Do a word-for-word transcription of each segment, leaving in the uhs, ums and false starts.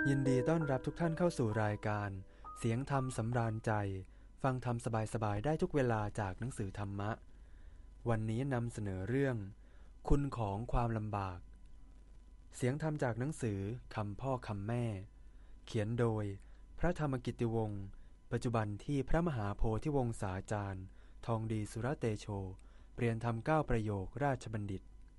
ยินดีต้อนรับทุกท่านเข้าสู่รายการเสียงธรรมสำราญใจฟังธรรมสบายๆได้ทุกเวลาจากหนังสือธรรมะวันนี้นำเสนอเรื่องคุณของความลำบากเสียงธรรมจากหนังสือคำพ่อคำแม่เขียนโดยพระธรรมกิตติวงศ์ปัจจุบันที่พระมหาโพธิวงศาจารย์ทองดีสุรเตโชเปลี่ยนธรรมเก้าประโยคราชบัณฑิต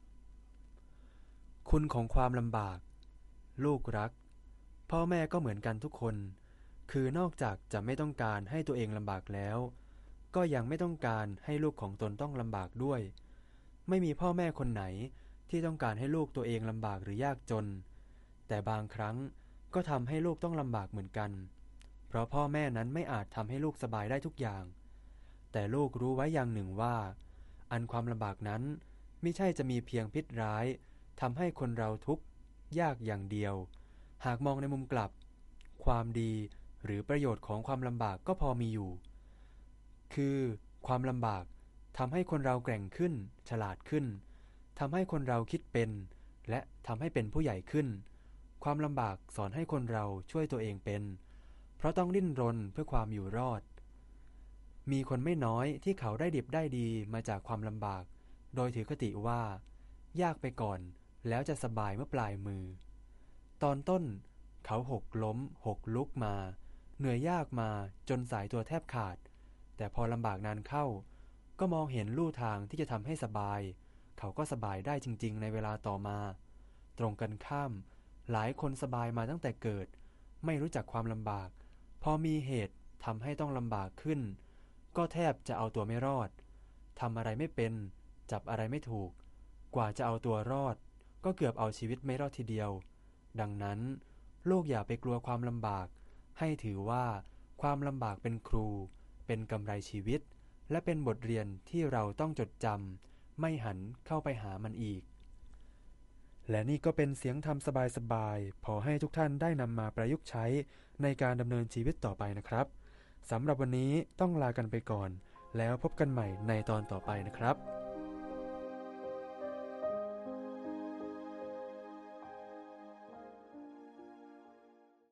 คุณของความลำบากลูกรักพ่อแม่ก็เหมือนกันทุกคนคือนอกจากจะไม่ต้องการให้ตัวเองลำบากแล้วก็ยังไม่ต้องการให้ลูกของตนต้องลำบากด้วยไม่มีพ่อแม่คนไหนที่ต้องการให้ลูกตัวเองลำบากหรือยากจนแต่บางครั้งก็ทำให้ลูกต้องลำบากเหมือนกันเพราะพ่อแม่นั้นไม่อาจทำให้ลูกสบายได้ทุกอย่างแต่ลูกรู้ไว้อย่างหนึ่งว่าอันความลำบากนั้นไม่ใช่จะมีเพียงพิษร้ายทำให้คนเราทุกข์ยากอย่างเดียวหากมองในมุมกลับความดีหรือประโยชน์ของความลำบากก็พอมีอยู่คือความลำบากทำให้คนเราแกร่งขึ้นฉลาดขึ้นทำให้คนเราคิดเป็นและทำให้เป็นผู้ใหญ่ขึ้นความลำบากสอนให้คนเราช่วยตัวเองเป็นเพราะต้องดิ้นรนเพื่อความอยู่รอดมีคนไม่น้อยที่เขาได้ดิบได้ดีมาจากความลำบากโดยถือคติว่ายากไปก่อนแล้วจะสบายเมื่อปลายมือตอนต้นเขาหกล้มหกลุกมาเหนื่อยยากมาจนสายตัวแทบขาดแต่พอลำบากนานเข้าก็มองเห็นลู่ทางที่จะทำให้สบายเขาก็สบายได้จริงๆในเวลาต่อมาตรงกันข้ามหลายคนสบายมาตั้งแต่เกิดไม่รู้จักความลำบากพอมีเหตุทำให้ต้องลำบากขึ้นก็แทบจะเอาตัวไม่รอดทำอะไรไม่เป็นจับอะไรไม่ถูกกว่าจะเอาตัวรอดก็เกือบเอาชีวิตไม่รอดทีเดียวดังนั้นลูกอย่าไปกลัวความลำบากให้ถือว่าความลำบากเป็นครูเป็นกำไรชีวิตและเป็นบทเรียนที่เราต้องจดจำไม่หันเข้าไปหามันอีกและนี่ก็เป็นเสียงธรรมสบายๆพอให้ทุกท่านได้นำมาประยุกต์ใช้ในการดำเนินชีวิตต่อไปนะครับสำหรับวันนี้ต้องลากันไปก่อนแล้วพบกันใหม่ในตอนต่อไปนะครับ